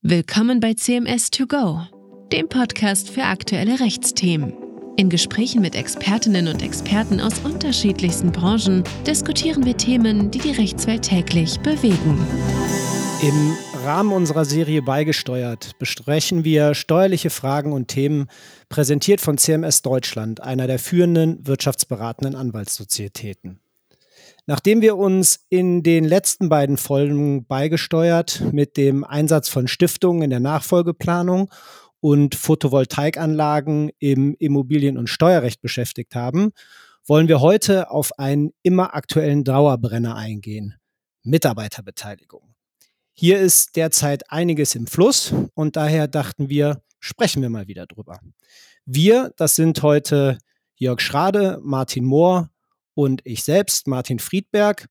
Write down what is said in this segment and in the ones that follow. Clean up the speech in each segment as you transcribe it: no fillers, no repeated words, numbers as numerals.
Willkommen bei CMS2Go, dem Podcast für aktuelle Rechtsthemen. In Gesprächen mit Expertinnen und Experten aus unterschiedlichsten Branchen diskutieren wir Themen, die die Rechtswelt täglich bewegen. Im Rahmen unserer Serie Beigesteuert besprechen wir steuerliche Fragen und Themen, präsentiert von CMS Deutschland, einer der führenden wirtschaftsberatenden Anwaltssozietäten. Nachdem wir uns in den letzten beiden Folgen Beigesteuert mit dem Einsatz von Stiftungen in der Nachfolgeplanung und Photovoltaikanlagen im Immobilien- und Steuerrecht beschäftigt haben, wollen wir heute auf einen immer aktuellen Dauerbrenner eingehen: Mitarbeiterbeteiligung. Hier ist derzeit einiges im Fluss und daher dachten wir, sprechen wir mal wieder drüber. Wir, das sind heute Jörg Schrade, Martin Mohr und ich selbst, Martin Friedberg.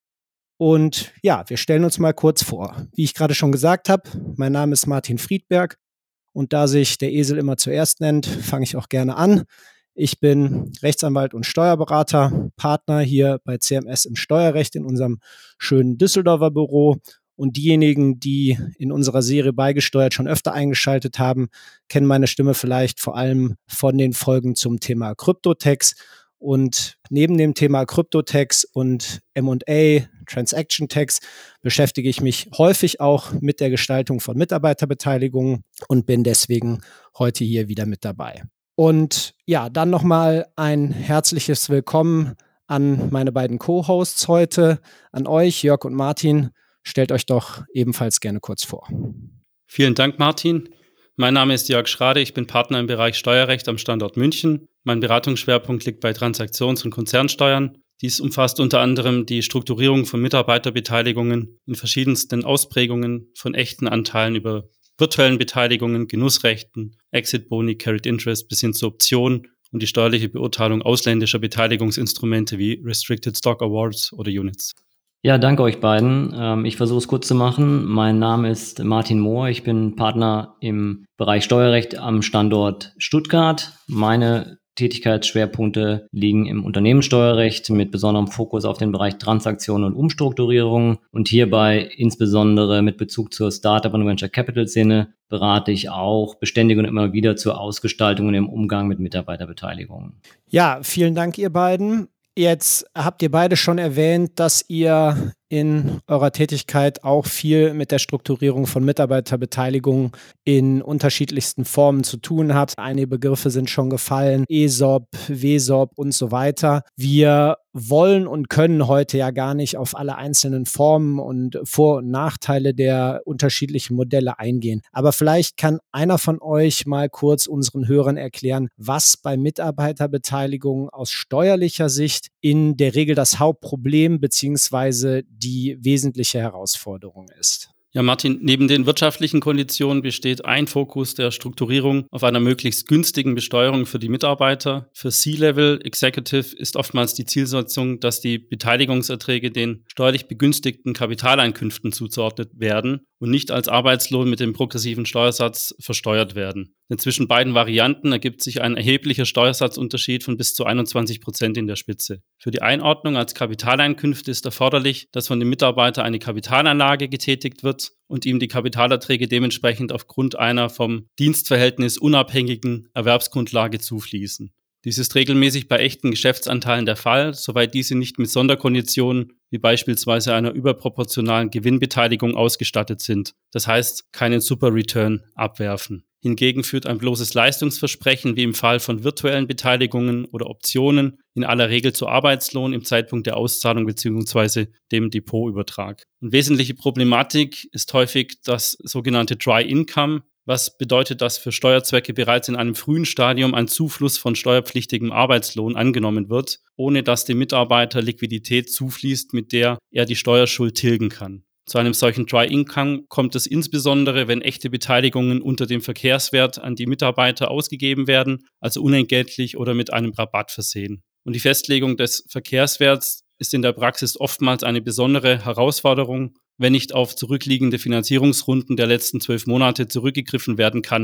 Und ja, wir stellen uns mal kurz vor. Wie ich gerade schon gesagt habe, mein Name ist Martin Friedberg und da sich der Esel immer zuerst nennt, fange ich auch gerne an. Ich bin Rechtsanwalt und Steuerberater, Partner hier bei CMS im Steuerrecht in unserem schönen Düsseldorfer Büro. Und diejenigen, die in unserer Serie Beigesteuert schon öfter eingeschaltet haben, kennen meine Stimme vielleicht vor allem von den Folgen zum Thema Kryptotax. Und neben dem Thema Kryptotax und M&A, Transaction Tax, beschäftige ich mich häufig auch mit der Gestaltung von Mitarbeiterbeteiligungen und bin deswegen heute hier wieder mit dabei. Und ja, dann nochmal ein herzliches Willkommen an meine beiden Co-Hosts heute, an euch, Jörg und Martin. Stellt euch doch ebenfalls gerne kurz vor. Vielen Dank, Martin. Mein Name ist Jörg Schrade, ich bin Partner im Bereich Steuerrecht am Standort München. Mein Beratungsschwerpunkt liegt bei Transaktions- und Konzernsteuern. Dies umfasst unter anderem die Strukturierung von Mitarbeiterbeteiligungen in verschiedensten Ausprägungen, von echten Anteilen über virtuellen Beteiligungen, Genussrechten, Exit-Boni, Carried Interest bis hin zur Option und die steuerliche Beurteilung ausländischer Beteiligungsinstrumente wie Restricted Stock Awards oder Units. Ja, danke euch beiden. Ich versuche es kurz zu machen. Mein Name ist Martin Mohr. Ich bin Partner im Bereich Steuerrecht am Standort Stuttgart. Meine Tätigkeitsschwerpunkte liegen im Unternehmenssteuerrecht mit besonderem Fokus auf den Bereich Transaktionen und Umstrukturierung. Und hierbei insbesondere mit Bezug zur Startup- und Venture Capital-Szene berate ich auch beständig und immer wieder zur Ausgestaltung und im Umgang mit Mitarbeiterbeteiligungen. Ja, vielen Dank, ihr beiden. Jetzt habt ihr beide schon erwähnt, dass ihr in eurer Tätigkeit auch viel mit der Strukturierung von Mitarbeiterbeteiligung in unterschiedlichsten Formen zu tun habt. Einige Begriffe sind schon gefallen: ESOP, WSOP und so weiter. Wir wollen und können heute ja gar nicht auf alle einzelnen Formen und Vor- und Nachteile der unterschiedlichen Modelle eingehen. Aber vielleicht kann einer von euch mal kurz unseren Hörern erklären, was bei Mitarbeiterbeteiligung aus steuerlicher Sicht in der Regel das Hauptproblem bzw. die wesentliche Herausforderung ist. Ja, Martin, neben den wirtschaftlichen Konditionen besteht ein Fokus der Strukturierung auf einer möglichst günstigen Besteuerung für die Mitarbeiter. Für C-Level Executive ist oftmals die Zielsetzung, dass die Beteiligungserträge den steuerlich begünstigten Kapitaleinkünften zuzuordnet werden und nicht als Arbeitslohn mit dem progressiven Steuersatz versteuert werden. Denn zwischen beiden Varianten ergibt sich ein erheblicher Steuersatzunterschied von bis zu 21% in der Spitze. Für die Einordnung als Kapitaleinkünfte ist erforderlich, dass von dem Mitarbeiter eine Kapitalanlage getätigt wird und ihm die Kapitalerträge dementsprechend aufgrund einer vom Dienstverhältnis unabhängigen Erwerbsgrundlage zufließen. Dies ist regelmäßig bei echten Geschäftsanteilen der Fall, soweit diese nicht mit Sonderkonditionen wie beispielsweise einer überproportionalen Gewinnbeteiligung ausgestattet sind. Das heißt, keinen Super-Return abwerfen. Hingegen führt ein bloßes Leistungsversprechen wie im Fall von virtuellen Beteiligungen oder Optionen in aller Regel zu Arbeitslohn im Zeitpunkt der Auszahlung bzw. dem Depotübertrag. Und wesentliche Problematik ist häufig das sogenannte Dry Income. Was bedeutet, dass für Steuerzwecke bereits in einem frühen Stadium ein Zufluss von steuerpflichtigem Arbeitslohn angenommen wird, ohne dass dem Mitarbeiter Liquidität zufließt, mit der er die Steuerschuld tilgen kann. Zu einem solchen Dry Income kommt es insbesondere, wenn echte Beteiligungen unter dem Verkehrswert an die Mitarbeiter ausgegeben werden, also unentgeltlich oder mit einem Rabatt versehen. Und die Festlegung des Verkehrswerts ist in der Praxis oftmals eine besondere Herausforderung, wenn nicht auf zurückliegende Finanzierungsrunden der letzten 12 Monate zurückgegriffen werden kann,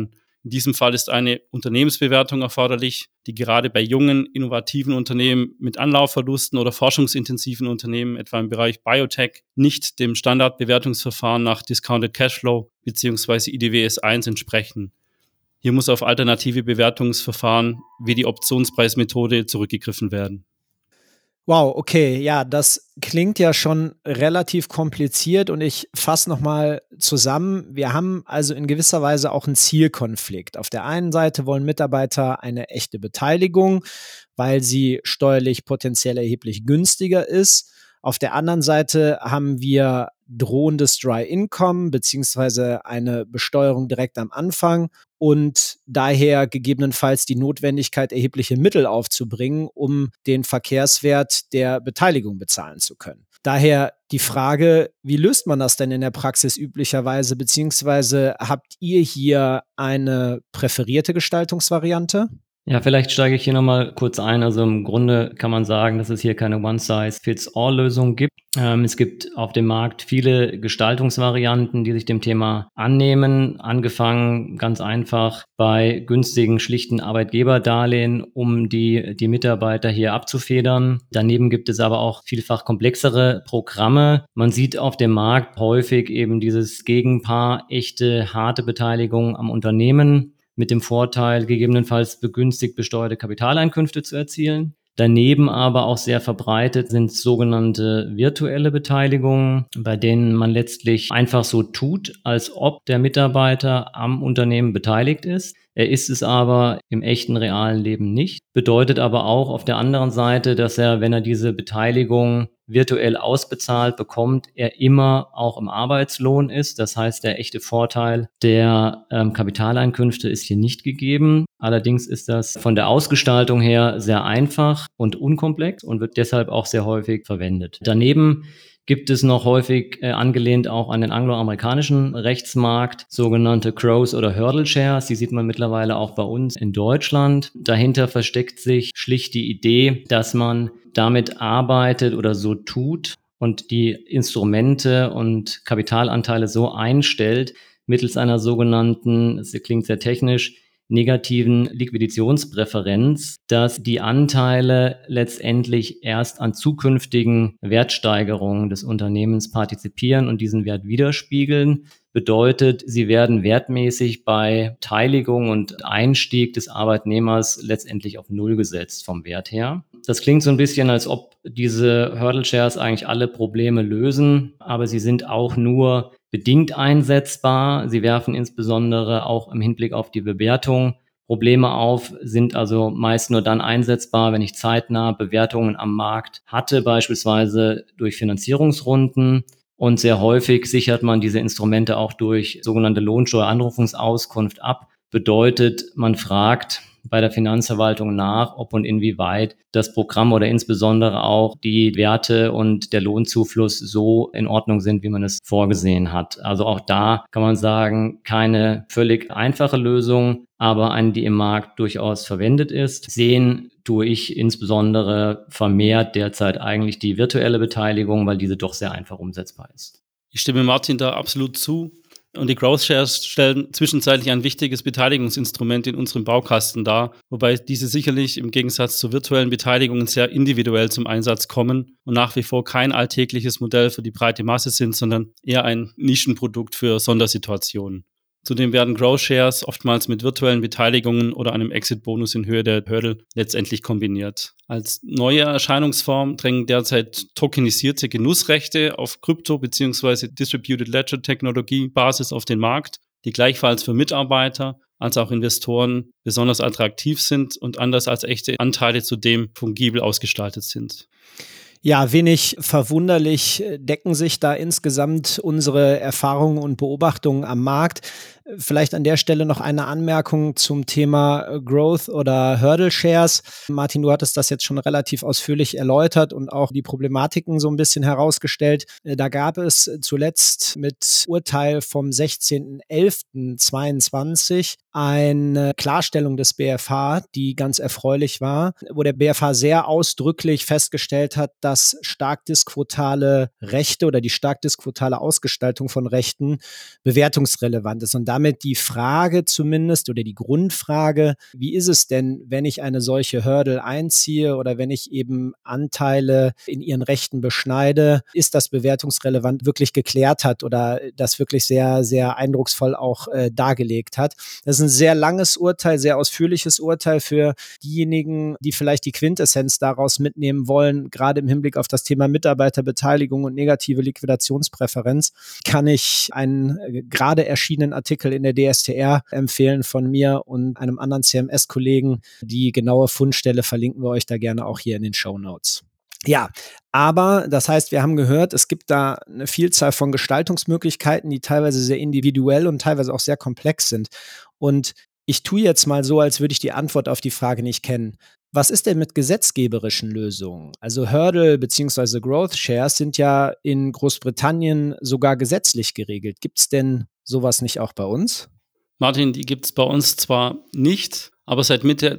In diesem Fall ist eine Unternehmensbewertung erforderlich, die gerade bei jungen, innovativen Unternehmen mit Anlaufverlusten oder forschungsintensiven Unternehmen, etwa im Bereich Biotech, nicht dem Standardbewertungsverfahren nach Discounted Cashflow bzw. IDWS 1 entsprechen. Hier muss auf alternative Bewertungsverfahren wie die Optionspreismethode zurückgegriffen werden. Wow, okay, ja, das klingt ja schon relativ kompliziert und ich fasse nochmal zusammen. Wir haben also in gewisser Weise auch einen Zielkonflikt. Auf der einen Seite wollen Mitarbeiter eine echte Beteiligung, weil sie steuerlich potenziell erheblich günstiger ist. Auf der anderen Seite haben wir drohendes Dry Income beziehungsweise eine Besteuerung direkt am Anfang und daher gegebenenfalls die Notwendigkeit, erhebliche Mittel aufzubringen, um den Verkehrswert der Beteiligung bezahlen zu können. Daher die Frage, wie löst man das denn in der Praxis üblicherweise, beziehungsweise habt ihr hier eine präferierte Gestaltungsvariante? Ja, vielleicht steige ich hier nochmal kurz ein. Also im Grunde kann man sagen, dass es hier keine One-Size-Fits-All-Lösung gibt. Es gibt auf dem Markt viele Gestaltungsvarianten, die sich dem Thema annehmen. Angefangen ganz einfach bei günstigen, schlichten Arbeitgeberdarlehen, um die Mitarbeiter hier abzufedern. Daneben gibt es aber auch vielfach komplexere Programme. Man sieht auf dem Markt häufig eben dieses Gegenpaar, echte, harte Beteiligung am Unternehmen, mit dem Vorteil, gegebenenfalls begünstigt besteuerte Kapitaleinkünfte zu erzielen. Daneben aber auch sehr verbreitet sind sogenannte virtuelle Beteiligungen, bei denen man letztlich einfach so tut, als ob der Mitarbeiter am Unternehmen beteiligt ist. Er ist es aber im echten, realen Leben nicht. Bedeutet aber auch auf der anderen Seite, dass er, wenn er diese Beteiligung virtuell ausbezahlt bekommt, er immer auch im Arbeitslohn ist. Das heißt, der echte Vorteil der Kapitaleinkünfte ist hier nicht gegeben. Allerdings ist das von der Ausgestaltung her sehr einfach und unkomplex und wird deshalb auch sehr häufig verwendet. Daneben gibt es noch häufig angelehnt auch an den angloamerikanischen Rechtsmarkt sogenannte Growth- oder Hurdle Shares. Die sieht man mittlerweile auch bei uns in Deutschland. Dahinter versteckt sich schlicht die Idee, dass man damit arbeitet oder so tut und die Instrumente und Kapitalanteile so einstellt, mittels einer sogenannten, das klingt sehr technisch, negativen Liquiditätspräferenz, dass die Anteile letztendlich erst an zukünftigen Wertsteigerungen des Unternehmens partizipieren und diesen Wert widerspiegeln. Bedeutet, sie werden wertmäßig bei Teiligung und Einstieg des Arbeitnehmers letztendlich auf Null gesetzt vom Wert her. Das klingt so ein bisschen, als ob diese Hurdle Shares eigentlich alle Probleme lösen, aber sie sind auch nur bedingt einsetzbar. Sie werfen insbesondere auch im Hinblick auf die Bewertung Probleme auf, sind also meist nur dann einsetzbar, wenn ich zeitnah Bewertungen am Markt hatte, beispielsweise durch Finanzierungsrunden. Und sehr häufig sichert man diese Instrumente auch durch sogenannte Lohnsteueranrufungsauskunft ab. Bedeutet, man fragt bei der Finanzverwaltung nach, ob und inwieweit das Programm oder insbesondere auch die Werte und der Lohnzufluss so in Ordnung sind, wie man es vorgesehen hat. Also auch da kann man sagen, keine völlig einfache Lösung, aber eine, die im Markt durchaus verwendet ist. Sehen tue ich insbesondere vermehrt derzeit eigentlich die virtuelle Beteiligung, weil diese doch sehr einfach umsetzbar ist. Ich stimme Martin da absolut zu. Und die Growth Shares stellen zwischenzeitlich ein wichtiges Beteiligungsinstrument in unserem Baukasten dar, wobei diese sicherlich im Gegensatz zu virtuellen Beteiligungen sehr individuell zum Einsatz kommen und nach wie vor kein alltägliches Modell für die breite Masse sind, sondern eher ein Nischenprodukt für Sondersituationen. Zudem werden Growth Shares oftmals mit virtuellen Beteiligungen oder einem Exit-Bonus in Höhe der Hurdle letztendlich kombiniert. Als neue Erscheinungsform drängen derzeit tokenisierte Genussrechte auf Krypto- bzw. Distributed Ledger-Technologie-Basis auf den Markt, die gleichfalls für Mitarbeiter als auch Investoren besonders attraktiv sind und anders als echte Anteile zudem fungibel ausgestaltet sind. Ja, wenig verwunderlich decken sich da insgesamt unsere Erfahrungen und Beobachtungen am Markt. Vielleicht an der Stelle noch eine Anmerkung zum Thema Growth oder Hurdle Shares. Martin, du hattest das jetzt schon relativ ausführlich erläutert und auch die Problematiken so ein bisschen herausgestellt. Da gab es zuletzt mit Urteil vom 16.11.22 eine Klarstellung des BfH, die ganz erfreulich war, wo der BfH sehr ausdrücklich festgestellt hat, dass stark disquotale Rechte oder die stark disquotale Ausgestaltung von Rechten bewertungsrelevant ist. Und damit die Frage zumindest oder die Grundfrage, wie ist es denn, wenn ich eine solche Hurdle einziehe oder wenn ich eben Anteile in ihren Rechten beschneide, ist das bewertungsrelevant wirklich geklärt hat oder das wirklich sehr, sehr eindrucksvoll auch dargelegt hat. Das ist ein sehr langes Urteil, sehr ausführliches Urteil für diejenigen, die vielleicht die Quintessenz daraus mitnehmen wollen, gerade im Hinblick auf das Thema Mitarbeiterbeteiligung und negative Liquidationspräferenz, kann ich einen gerade erschienenen Artikel in der DSTR empfehlen von mir und einem anderen CMS-Kollegen. Die genaue Fundstelle verlinken wir euch da gerne auch hier in den Shownotes. Ja, aber das heißt, wir haben gehört, es gibt da eine Vielzahl von Gestaltungsmöglichkeiten, die teilweise sehr individuell und teilweise auch sehr komplex sind. Und ich tue jetzt mal so, als würde ich die Antwort auf die Frage nicht kennen. Was ist denn mit gesetzgeberischen Lösungen? Also Hurdle bzw. Growth Shares sind ja in Großbritannien sogar gesetzlich geregelt. Gibt es denn sowas nicht auch bei uns? Martin, die gibt es bei uns zwar nicht, aber seit Mitte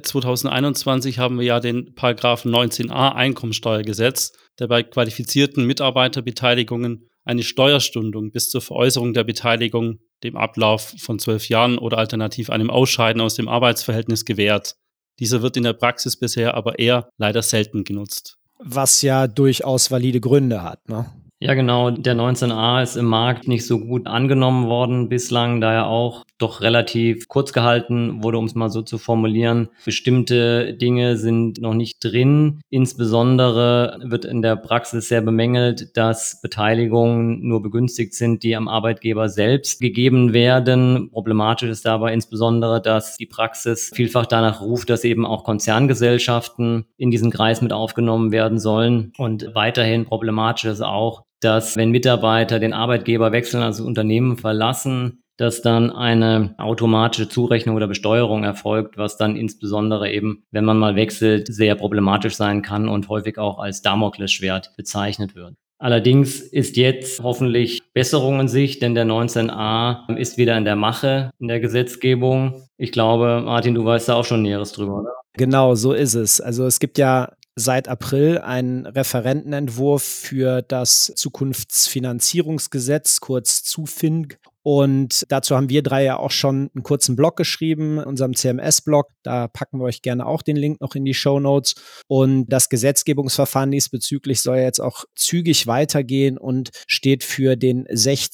2021 haben wir ja den Paragraphen 19a Einkommensteuergesetz, der bei qualifizierten Mitarbeiterbeteiligungen eine Steuerstundung bis zur Veräußerung der Beteiligung, dem Ablauf von 12 Jahren oder alternativ einem Ausscheiden aus dem Arbeitsverhältnis gewährt. Dieser wird in der Praxis bisher aber eher leider selten genutzt. Was ja durchaus valide Gründe hat, ne? Ja, genau. Der 19a ist im Markt nicht so gut angenommen worden bislang, da er auch doch relativ kurz gehalten wurde, um es mal so zu formulieren. Bestimmte Dinge sind noch nicht drin. Insbesondere wird in der Praxis sehr bemängelt, dass Beteiligungen nur begünstigt sind, die am Arbeitgeber selbst gegeben werden. Problematisch ist dabei insbesondere, dass die Praxis vielfach danach ruft, dass eben auch Konzerngesellschaften in diesen Kreis mit aufgenommen werden sollen. Und weiterhin problematisch ist auch, dass wenn Mitarbeiter den Arbeitgeber wechseln, also Unternehmen verlassen, dass dann eine automatische Zurechnung oder Besteuerung erfolgt, was dann insbesondere eben, wenn man mal wechselt, sehr problematisch sein kann und häufig auch als Damoklesschwert bezeichnet wird. Allerdings ist jetzt hoffentlich Besserung in Sicht, denn der 19a ist wieder in der Mache in der Gesetzgebung. Ich glaube, Martin, du weißt da auch schon Näheres drüber, oder? Genau, so ist es. Also es gibt ja seit April einen Referentenentwurf für das Zukunftsfinanzierungsgesetz, kurz ZUFING. Und dazu haben wir drei ja auch schon einen kurzen Blog geschrieben, unserem CMS-Blog. Da packen wir euch gerne auch den Link noch in die Shownotes. Und das Gesetzgebungsverfahren diesbezüglich soll jetzt auch zügig weitergehen und steht für den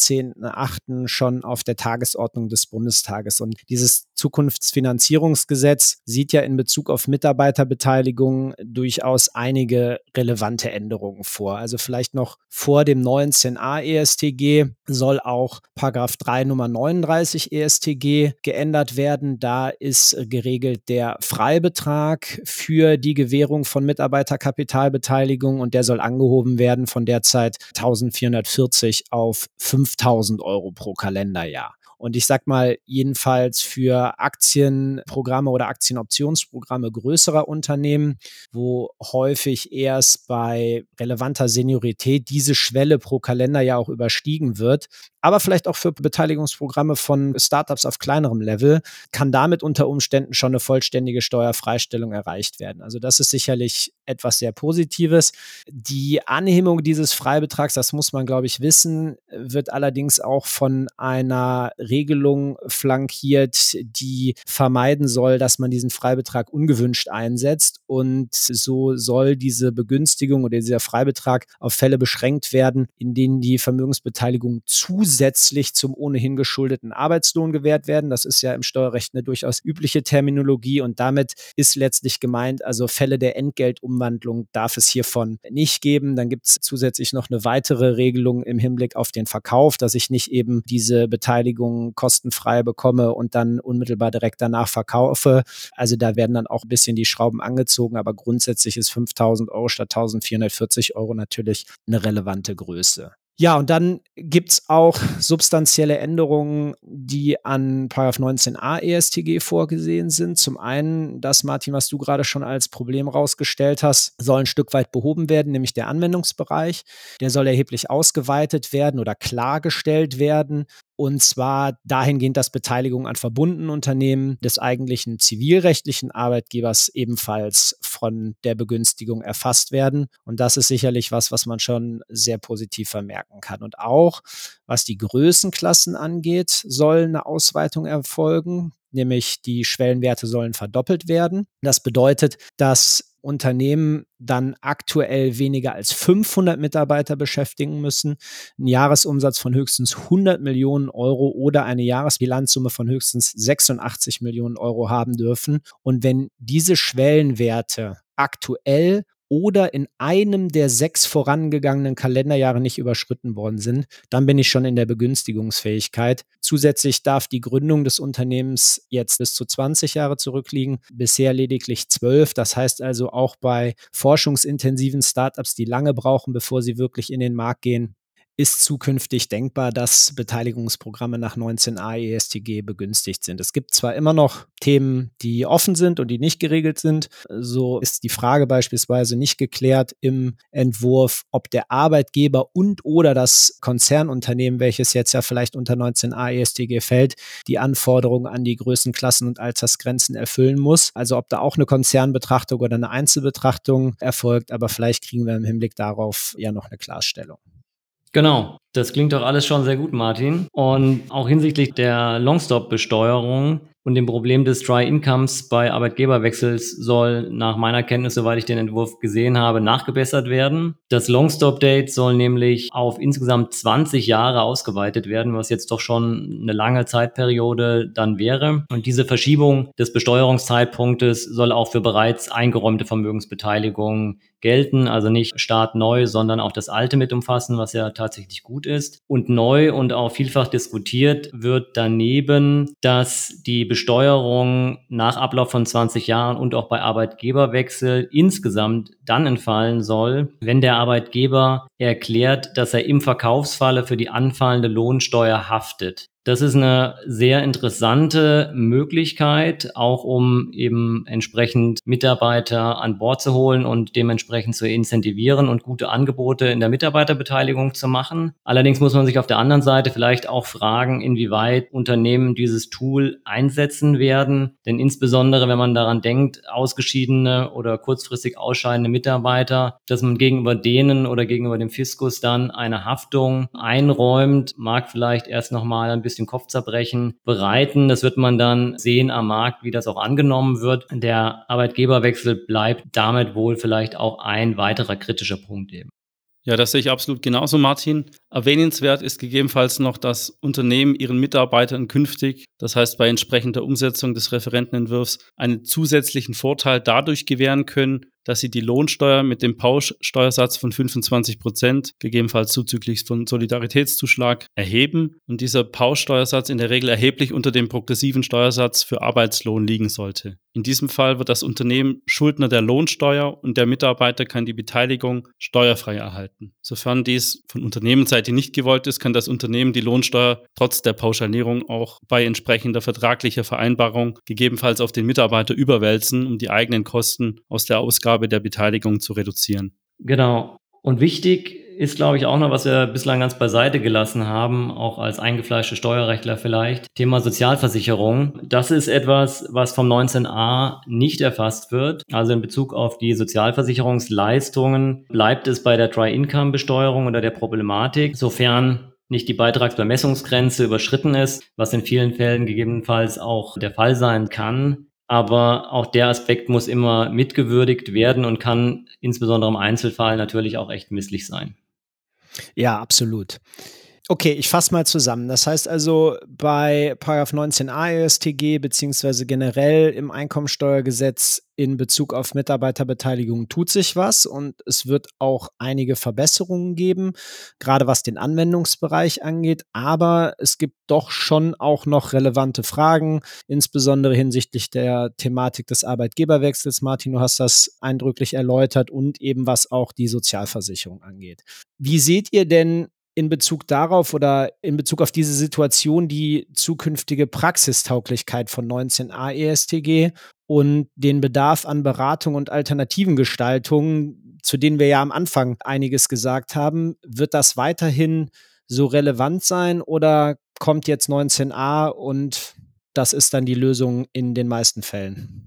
16.08. schon auf der Tagesordnung des Bundestages. Und dieses Zukunftsfinanzierungsgesetz sieht ja in Bezug auf Mitarbeiterbeteiligung durchaus einige relevante Änderungen vor. Also vielleicht noch vor dem 19a ESTG soll auch Paragraph 3 Nummer 39 ESTG geändert werden. Da ist geregelt der Freibetrag für die Gewährung von Mitarbeiterkapitalbeteiligung und der soll angehoben werden von derzeit 1.440 auf 5.000 Euro pro Kalenderjahr. Und ich sag mal, jedenfalls für Aktienprogramme oder Aktienoptionsprogramme größerer Unternehmen, wo häufig erst bei relevanter Seniorität diese Schwelle pro Kalenderjahr auch überstiegen wird, aber vielleicht auch für Beteiligungsprogramme von Startups auf kleinerem Level, kann damit unter Umständen schon eine vollständige Steuerfreistellung erreicht werden. Also das ist sicherlich etwas sehr Positives. Die Anhebung dieses Freibetrags, das muss man, glaube ich, wissen, wird allerdings auch von einer Regelung flankiert, die vermeiden soll, dass man diesen Freibetrag ungewünscht einsetzt. Und so soll diese Begünstigung oder dieser Freibetrag auf Fälle beschränkt werden, in denen die Vermögensbeteiligung zusätzlich zum ohnehin geschuldeten Arbeitslohn gewährt werden. Das ist ja im Steuerrecht eine durchaus übliche Terminologie und damit ist letztlich gemeint, also Fälle der Entgeltumwandlung darf es hiervon nicht geben. Dann gibt es zusätzlich noch eine weitere Regelung im Hinblick auf den Verkauf, dass ich nicht eben diese Beteiligung kostenfrei bekomme und dann unmittelbar direkt danach verkaufe. Also da werden dann auch ein bisschen die Schrauben angezogen, aber grundsätzlich ist 5.000 Euro statt 1.440 Euro natürlich eine relevante Größe. Ja, und dann gibt's auch substanzielle Änderungen, die an § 19a ESTG vorgesehen sind. Zum einen, das, Martin, was du gerade schon als Problem rausgestellt hast, soll ein Stück weit behoben werden, nämlich der Anwendungsbereich. Der soll erheblich ausgeweitet werden oder klargestellt werden. Und zwar dahingehend, dass Beteiligung an verbundenen Unternehmen des eigentlichen zivilrechtlichen Arbeitgebers ebenfalls von der Begünstigung erfasst werden. Und das ist sicherlich was man schon sehr positiv vermerken kann. Und auch, was die Größenklassen angeht, soll eine Ausweitung erfolgen, nämlich die Schwellenwerte sollen verdoppelt werden. Das bedeutet, dass Unternehmen dann aktuell weniger als 500 Mitarbeiter beschäftigen müssen, einen Jahresumsatz von höchstens 100 Millionen Euro oder eine Jahresbilanzsumme von höchstens 86 Millionen Euro haben dürfen. Und wenn diese Schwellenwerte aktuell oder in einem der 6 vorangegangenen Kalenderjahre nicht überschritten worden sind, dann bin ich schon in der Begünstigungsfähigkeit. Zusätzlich darf die Gründung des Unternehmens jetzt bis zu 20 Jahre zurückliegen, bisher lediglich 12. Das heißt also auch bei forschungsintensiven Startups, die lange brauchen, bevor sie wirklich in den Markt gehen, ist zukünftig denkbar, dass Beteiligungsprogramme nach 19a ESTG begünstigt sind. Es gibt zwar immer noch Themen, die offen sind und die nicht geregelt sind. So ist die Frage beispielsweise nicht geklärt im Entwurf, ob der Arbeitgeber und oder das Konzernunternehmen, welches jetzt ja vielleicht unter 19a ESTG fällt, die Anforderungen an die Größenklassen und Altersgrenzen erfüllen muss. Also ob da auch eine Konzernbetrachtung oder eine Einzelbetrachtung erfolgt, aber vielleicht kriegen wir im Hinblick darauf ja noch eine Klarstellung. Genau, das klingt doch alles schon sehr gut, Martin. Und auch hinsichtlich der Longstop-Besteuerung und dem Problem des Dry Incomes bei Arbeitgeberwechsels soll nach meiner Kenntnis, soweit ich den Entwurf gesehen habe, nachgebessert werden. Das Longstop-Date soll nämlich auf insgesamt 20 Jahre ausgeweitet werden, was jetzt doch schon eine lange Zeitperiode dann wäre. Und diese Verschiebung des Besteuerungszeitpunktes soll auch für bereits eingeräumte Vermögensbeteiligungen gelten, also nicht Start neu, sondern auch das Alte mit umfassen, was ja tatsächlich gut ist. Und neu und auch vielfach diskutiert wird daneben, dass die Besteuerung nach Ablauf von 20 Jahren und auch bei Arbeitgeberwechsel insgesamt dann entfallen soll, wenn der Arbeitgeber erklärt, dass er im Verkaufsfalle für die anfallende Lohnsteuer haftet. Das ist eine sehr interessante Möglichkeit, auch um eben entsprechend Mitarbeiter an Bord zu holen und dementsprechend zu incentivieren und gute Angebote in der Mitarbeiterbeteiligung zu machen. Allerdings muss man sich auf der anderen Seite vielleicht auch fragen, inwieweit Unternehmen dieses Tool einsetzen werden. Denn insbesondere, wenn man daran denkt, ausgeschiedene oder kurzfristig ausscheidende Mitarbeiter, dass man gegenüber denen oder gegenüber dem Fiskus dann eine Haftung einräumt, mag vielleicht erst nochmal ein bisschen Kopfzerbrechen bereiten. Das wird man dann sehen am Markt, wie das auch angenommen wird. Der Arbeitgeberwechsel bleibt damit wohl vielleicht auch ein weiterer kritischer Punkt eben. Ja, das sehe ich absolut genauso, Martin. Erwähnenswert ist gegebenenfalls noch, dass Unternehmen ihren Mitarbeitern künftig, das heißt bei entsprechender Umsetzung des Referentenentwurfs, einen zusätzlichen Vorteil dadurch gewähren können, dass sie die Lohnsteuer mit dem Pauschsteuersatz von 25%, gegebenenfalls zuzüglich von Solidaritätszuschlag, erheben und dieser Pauschsteuersatz in der Regel erheblich unter dem progressiven Steuersatz für Arbeitslohn liegen sollte. In diesem Fall wird das Unternehmen Schuldner der Lohnsteuer und der Mitarbeiter kann die Beteiligung steuerfrei erhalten. Sofern dies von Unternehmensseite nicht gewollt ist, kann das Unternehmen die Lohnsteuer trotz der Pauschalierung auch bei entsprechender vertraglicher Vereinbarung gegebenenfalls auf den Mitarbeiter überwälzen, um die eigenen Kosten aus der Ausgabe der Beteiligung zu reduzieren. Genau. Und wichtig ist, glaube ich, auch noch, was wir bislang ganz beiseite gelassen haben, auch als eingefleischte Steuerrechtler vielleicht, Thema Sozialversicherung. Das ist etwas, was vom 19a nicht erfasst wird. Also in Bezug auf die Sozialversicherungsleistungen bleibt es bei der Dry-Income-Besteuerung oder der Problematik, sofern nicht die Beitragsbemessungsgrenze überschritten ist, was in vielen Fällen gegebenenfalls auch der Fall sein kann. Aber auch der Aspekt muss immer mitgewürdigt werden und kann insbesondere im Einzelfall natürlich auch echt misslich sein. Ja, absolut. Okay, ich fasse mal zusammen. Das heißt also, bei § 19a EStG beziehungsweise generell im Einkommensteuergesetz in Bezug auf Mitarbeiterbeteiligung tut sich was und es wird auch einige Verbesserungen geben, gerade was den Anwendungsbereich angeht. Aber es gibt doch schon auch noch relevante Fragen, insbesondere hinsichtlich der Thematik des Arbeitgeberwechsels. Martin, du hast das eindrücklich erläutert und eben was auch die Sozialversicherung angeht. Wie seht ihr denn in Bezug darauf oder in Bezug auf diese Situation die zukünftige Praxistauglichkeit von 19a EStG und den Bedarf an Beratung und alternativen Gestaltungen, zu denen wir ja am Anfang einiges gesagt haben? Wird das weiterhin so relevant sein oder kommt jetzt 19a und das ist dann die Lösung in den meisten Fällen?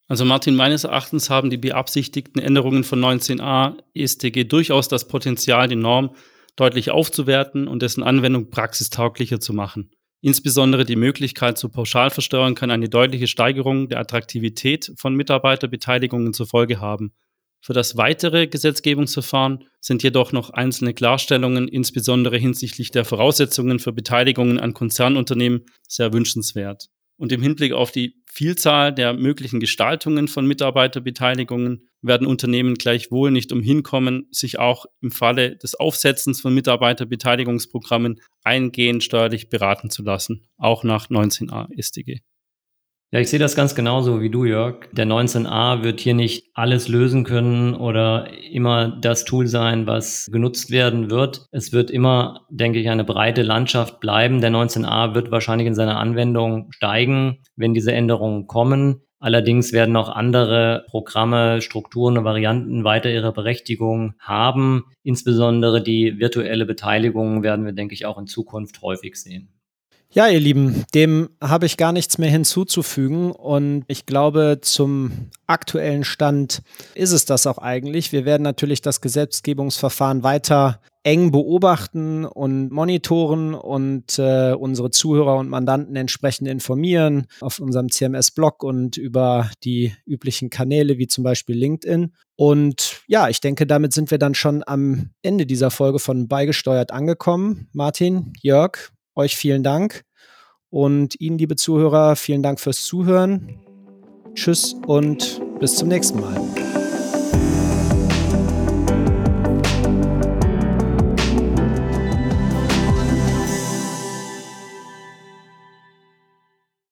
Also Martin, meines Erachtens haben die beabsichtigten Änderungen von 19a EStG durchaus das Potenzial, die Norm deutlich aufzuwerten und dessen Anwendung praxistauglicher zu machen. Insbesondere die Möglichkeit zur Pauschalversteuerung kann eine deutliche Steigerung der Attraktivität von Mitarbeiterbeteiligungen zur Folge haben. Für das weitere Gesetzgebungsverfahren sind jedoch noch einzelne Klarstellungen, insbesondere hinsichtlich der Voraussetzungen für Beteiligungen an Konzernunternehmen, sehr wünschenswert. Und im Hinblick auf die Vielzahl der möglichen Gestaltungen von Mitarbeiterbeteiligungen werden Unternehmen gleichwohl nicht umhin kommen, sich auch im Falle des Aufsetzens von Mitarbeiterbeteiligungsprogrammen eingehend steuerlich beraten zu lassen, auch nach 19a EStG. Ja, ich sehe das ganz genauso wie du, Jörg. Der 19a wird hier nicht alles lösen können oder immer das Tool sein, was genutzt werden wird. Es wird immer, denke ich, eine breite Landschaft bleiben. Der 19a wird wahrscheinlich in seiner Anwendung steigen, wenn diese Änderungen kommen. Allerdings werden auch andere Programme, Strukturen und Varianten weiter ihre Berechtigung haben. Insbesondere die virtuelle Beteiligung werden wir, denke ich, auch in Zukunft häufig sehen. Ja, ihr Lieben, dem habe ich gar nichts mehr hinzuzufügen und ich glaube, zum aktuellen Stand ist es das auch eigentlich. Wir werden natürlich das Gesetzgebungsverfahren weiter eng beobachten und monitoren und unsere Zuhörer und Mandanten entsprechend informieren auf unserem CMS-Blog und über die üblichen Kanäle wie zum Beispiel LinkedIn. Und ja, ich denke, damit sind wir dann schon am Ende dieser Folge von Beigesteuert angekommen. Martin, Jörg, euch vielen Dank und Ihnen, liebe Zuhörer, vielen Dank fürs Zuhören. Tschüss und bis zum nächsten Mal.